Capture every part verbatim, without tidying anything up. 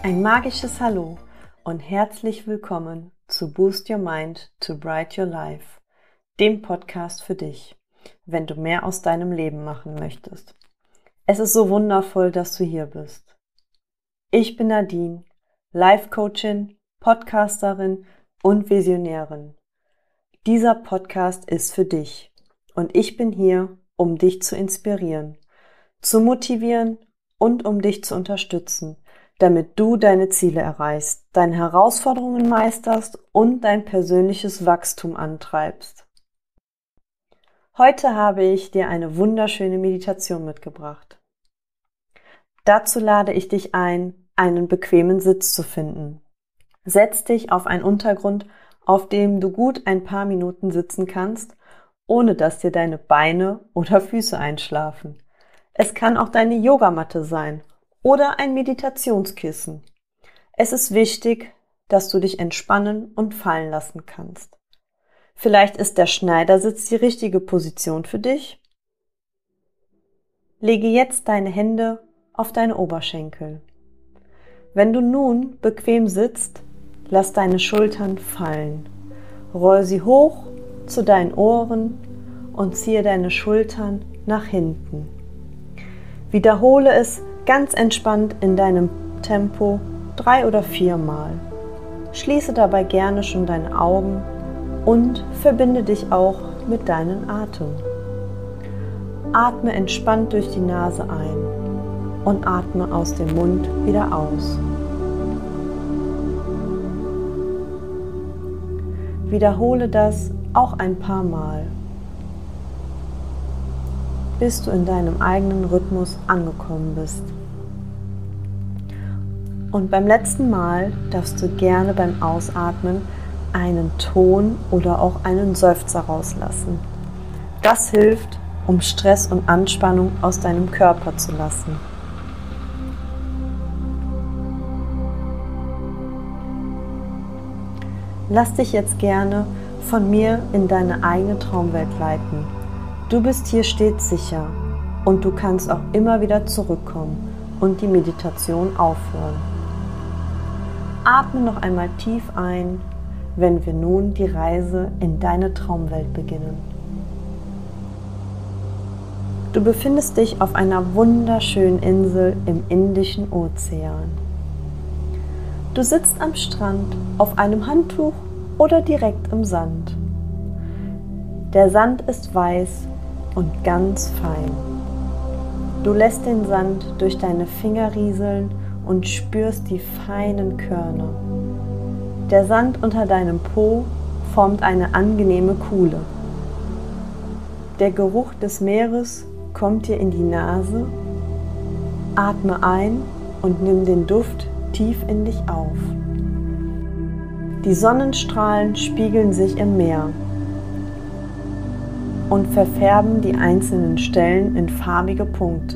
Ein magisches Hallo und herzlich willkommen zu Boost Your Mind to Bright Your Life, dem Podcast für dich, wenn du mehr aus deinem Leben machen möchtest. Es ist so wundervoll, dass du hier bist. Ich bin Nadine, Life-Coachin, Podcasterin und Visionärin. Dieser Podcast ist für dich und ich bin hier, um dich zu inspirieren, zu motivieren und um dich zu unterstützen, damit du deine Ziele erreichst, deine Herausforderungen meisterst und dein persönliches Wachstum antreibst. Heute habe ich dir eine wunderschöne Meditation mitgebracht. Dazu lade ich dich ein, einen bequemen Sitz zu finden. Setz dich auf einen Untergrund, auf dem du gut ein paar Minuten sitzen kannst, ohne dass dir deine Beine oder Füße einschlafen. Es kann auch deine Yogamatte sein oder ein Meditationskissen. Es ist wichtig, dass du dich entspannen und fallen lassen kannst. Vielleicht ist der Schneidersitz die richtige Position für dich. Lege jetzt deine Hände auf deine Oberschenkel. Wenn du nun bequem sitzt, lass deine Schultern fallen. Roll sie hoch zu deinen Ohren und ziehe deine Schultern nach hinten. Wiederhole es ganz entspannt in deinem Tempo drei oder viermal. Schließe dabei gerne schon deine Augen und verbinde dich auch mit deinem Atem. Atme entspannt durch die Nase ein und atme aus dem Mund wieder aus. Wiederhole das auch ein paar Mal, bis du in deinem eigenen Rhythmus angekommen bist. Und beim letzten Mal darfst du gerne beim Ausatmen einen Ton oder auch einen Seufzer rauslassen. Das hilft, um Stress und Anspannung aus deinem Körper zu lassen. Lass dich jetzt gerne von mir in deine eigene Traumwelt leiten. Du bist hier stets sicher und du kannst auch immer wieder zurückkommen und die Meditation aufhören. Atme noch einmal tief ein, wenn wir nun die Reise in deine Traumwelt beginnen. Du befindest dich auf einer wunderschönen Insel im Indischen Ozean. Du sitzt am Strand auf einem Handtuch oder direkt im Sand. Der Sand ist weiß und ganz fein. Du lässt den Sand durch deine Finger rieseln und spürst die feinen Körner. Der Sand unter deinem Po formt eine angenehme Kuhle. Der Geruch des Meeres kommt dir in die Nase. Atme ein und nimm den Duft tief in dich auf. Die Sonnenstrahlen spiegeln sich im Meer und verfärben die einzelnen Stellen in farbige Punkte.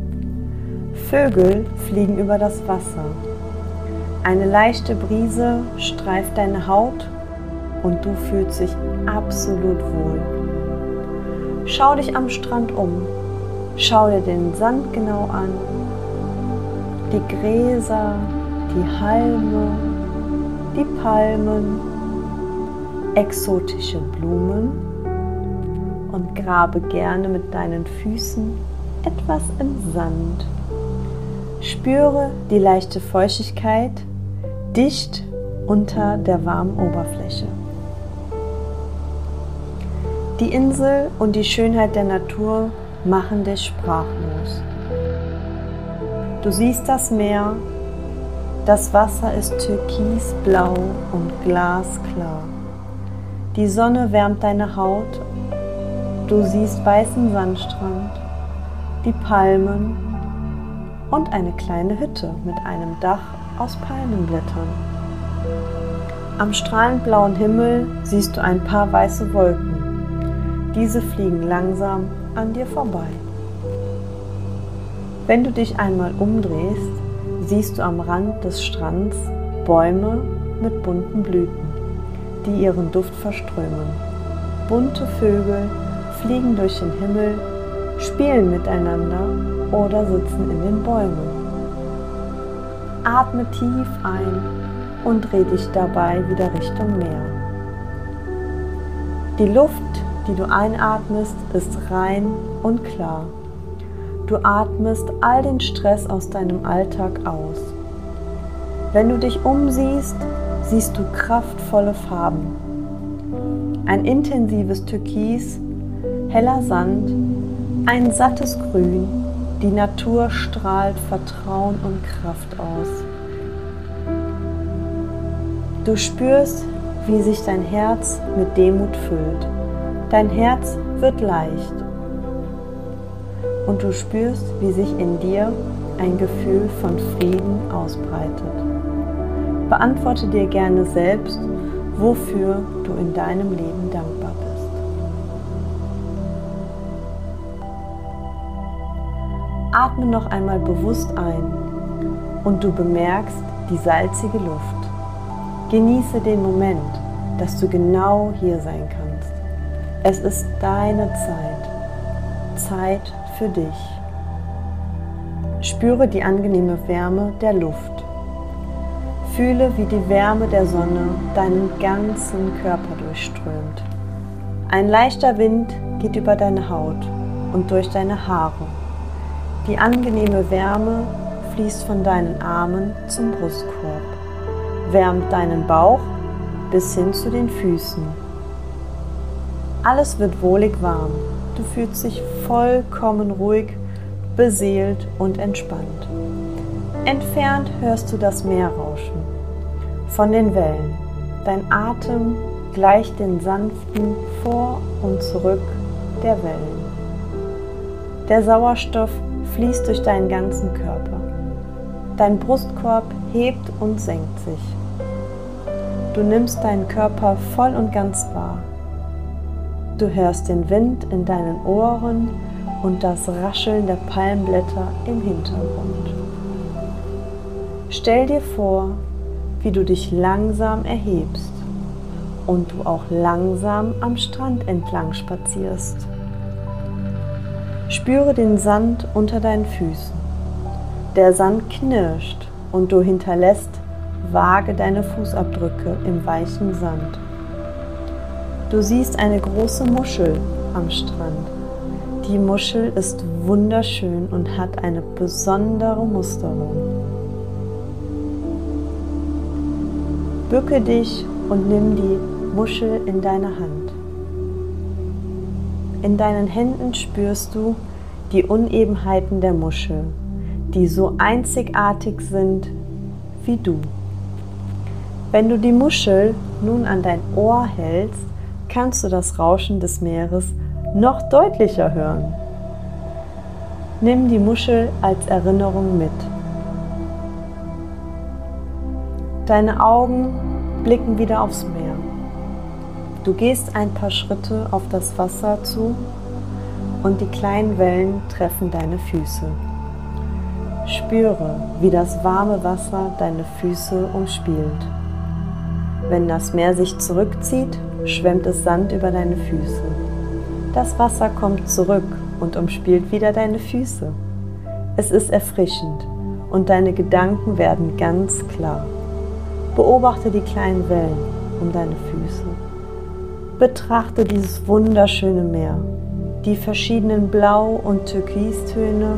Vögel fliegen über das Wasser. Eine leichte Brise streift deine Haut und du fühlst dich absolut wohl. Schau dich am Strand um. Schau dir den Sand genau an. Die Gräser, die Halme, die Palmen, exotische Blumen und grabe gerne mit deinen Füßen etwas im Sand. Spüre die leichte Feuchtigkeit dicht unter der warmen Oberfläche. Die Insel und die Schönheit der Natur machen dich sprachlos. Du siehst das Meer, das Wasser ist türkisblau und glasklar. Die Sonne wärmt deine Haut, du siehst weißen Sandstrand, die Palmen und eine kleine Hütte mit einem Dach aus Palmenblättern. Am strahlend blauen Himmel siehst du ein paar weiße Wolken. Diese fliegen langsam an dir vorbei. Wenn du dich einmal umdrehst, siehst du am Rand des Strands Bäume mit bunten Blüten, die ihren Duft verströmen. Bunte Vögel fliegen durch den Himmel, spielen miteinander oder sitzen in den Bäumen. Atme tief ein und dreh dich dabei wieder Richtung Meer. Die Luft, die du einatmest, ist rein und klar. Du atmest all den Stress aus deinem Alltag aus. Wenn du dich umsiehst, siehst du kraftvolle Farben. Ein intensives Türkis, heller Sand, ein sattes Grün, die Natur strahlt Vertrauen und Kraft aus. Du spürst, wie sich dein Herz mit Demut füllt. Dein Herz wird leicht. Und du spürst, wie sich in dir ein Gefühl von Frieden ausbreitet. Beantworte dir gerne selbst, wofür du in deinem Leben dankbar bist. Atme noch einmal bewusst ein und du bemerkst die salzige Luft. Genieße den Moment, dass du genau hier sein kannst. Es ist deine Zeit, Zeit für dich. Spüre die angenehme Wärme der Luft. Fühle, wie die Wärme der Sonne deinen ganzen Körper durchströmt. Ein leichter Wind geht über deine Haut und durch deine Haare. Die angenehme Wärme fließt von deinen Armen zum Brustkorb, wärmt deinen Bauch bis hin zu den Füßen. Alles wird wohlig warm. Du fühlst dich vollkommen ruhig, beseelt und entspannt. Entfernt hörst du das Meer rauschen von den Wellen. Dein Atem gleicht den sanften Vor- und Zurück der Wellen. Der Sauerstoff fließt durch deinen ganzen Körper. Dein Brustkorb hebt und senkt sich. Du nimmst deinen Körper voll und ganz wahr. Du hörst den Wind in deinen Ohren und das Rascheln der Palmblätter im Hintergrund. Stell dir vor, wie du dich langsam erhebst und du auch langsam am Strand entlang spazierst. Spüre den Sand unter deinen Füßen. Der Sand knirscht und du hinterlässt vage deine Fußabdrücke im weichen Sand. Du siehst eine große Muschel am Strand. Die Muschel ist wunderschön und hat eine besondere Musterung. Bücke dich und nimm die Muschel in deine Hand. In deinen Händen spürst du die Unebenheiten der Muschel, die so einzigartig sind wie du. Wenn du die Muschel nun an dein Ohr hältst, kannst du das Rauschen des Meeres noch deutlicher hören. Nimm die Muschel als Erinnerung mit. Deine Augen blicken wieder aufs Meer. Du gehst ein paar Schritte auf das Wasser zu und die kleinen Wellen treffen deine Füße. Spüre, wie das warme Wasser deine Füße umspielt. Wenn das Meer sich zurückzieht, schwemmt es Sand über deine Füße. Das Wasser kommt zurück und umspielt wieder deine Füße. Es ist erfrischend und deine Gedanken werden ganz klar. Beobachte die kleinen Wellen um deine Füße. Betrachte dieses wunderschöne Meer, die verschiedenen Blau- und Türkistöne.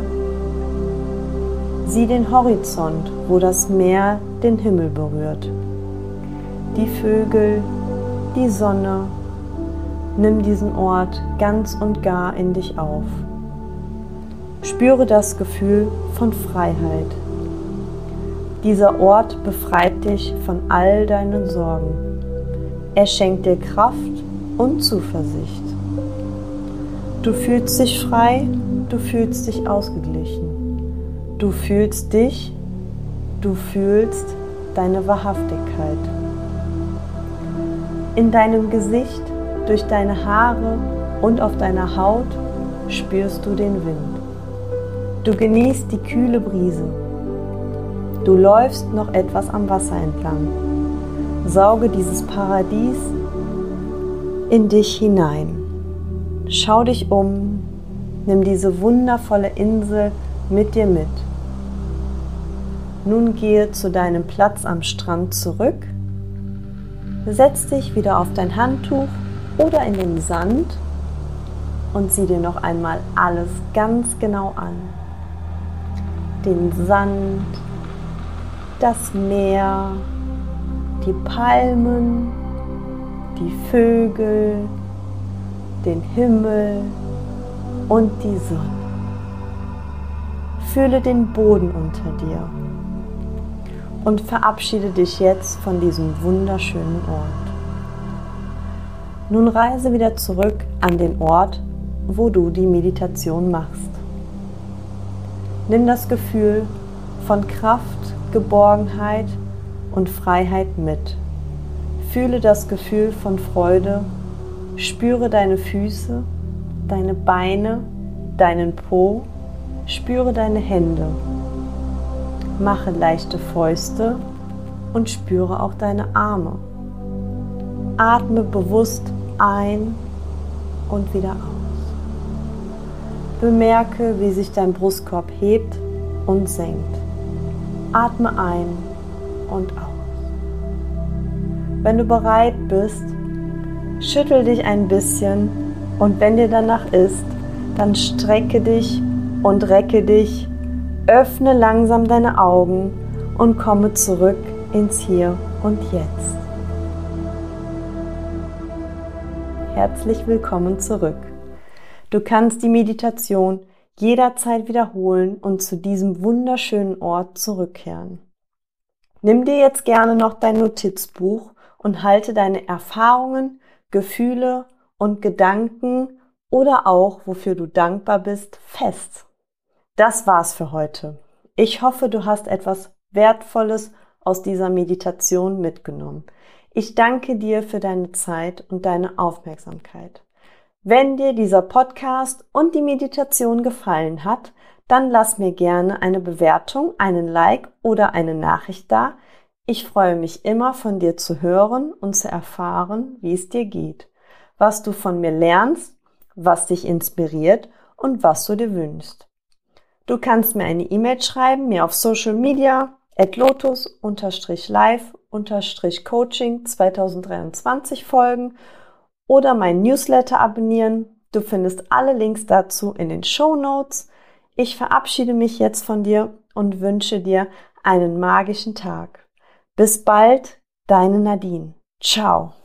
Sieh den Horizont, wo das Meer den Himmel berührt. Die Vögel, die Sonne. Nimm diesen Ort ganz und gar in dich auf. Spüre das Gefühl von Freiheit. Dieser Ort befreit dich von all deinen Sorgen. Er schenkt dir Kraft und Zuversicht. Du fühlst dich frei, du fühlst dich ausgeglichen. Du fühlst dich, du fühlst deine Wahrhaftigkeit. In deinem Gesicht, durch deine Haare und auf deiner Haut spürst du den Wind. Du genießt die kühle Brise. Du läufst noch etwas am Wasser entlang. Sauge dieses Paradies in dich hinein. Schau dich um, nimm diese wundervolle Insel mit dir mit. Nun gehe zu deinem Platz am Strand zurück, setz dich wieder auf dein Handtuch oder in den Sand und sieh dir noch einmal alles ganz genau an. Den Sand, das Meer, die Palmen, die Vögel, den Himmel und die Sonne. Fühle den Boden unter dir und verabschiede dich jetzt von diesem wunderschönen Ort. Nun reise wieder zurück an den Ort, wo du die Meditation machst. Nimm das Gefühl von Kraft, Geborgenheit und Freiheit mit. Fühle das Gefühl von Freude, spüre deine Füße, deine Beine, deinen Po, spüre deine Hände. Mache leichte Fäuste und spüre auch deine Arme. Atme bewusst ein und wieder aus. Bemerke, wie sich dein Brustkorb hebt und senkt. Atme ein und aus. Wenn du bereit bist, schüttel dich ein bisschen und wenn dir danach ist, dann strecke dich und recke dich, öffne langsam deine Augen und komme zurück ins Hier und Jetzt. Herzlich willkommen zurück. Du kannst die Meditation jederzeit wiederholen und zu diesem wunderschönen Ort zurückkehren. Nimm dir jetzt gerne noch dein Notizbuch und halte deine Erfahrungen, Gefühle und Gedanken oder auch, wofür du dankbar bist, fest. Das war's für heute. Ich hoffe, du hast etwas Wertvolles aus dieser Meditation mitgenommen. Ich danke dir für deine Zeit und deine Aufmerksamkeit. Wenn dir dieser Podcast und die Meditation gefallen hat, dann lass mir gerne eine Bewertung, einen Like oder eine Nachricht da. Ich freue mich immer, von dir zu hören und zu erfahren, wie es dir geht, was du von mir lernst, was dich inspiriert und was du dir wünschst. Du kannst mir eine E-Mail schreiben, mir auf Social Media at lotus live coaching zwanzig dreiundzwanzig folgen oder mein Newsletter abonnieren. Du findest alle Links dazu in den Shownotes. Ich verabschiede mich jetzt von dir und wünsche dir einen magischen Tag. Bis bald, deine Nadine. Ciao.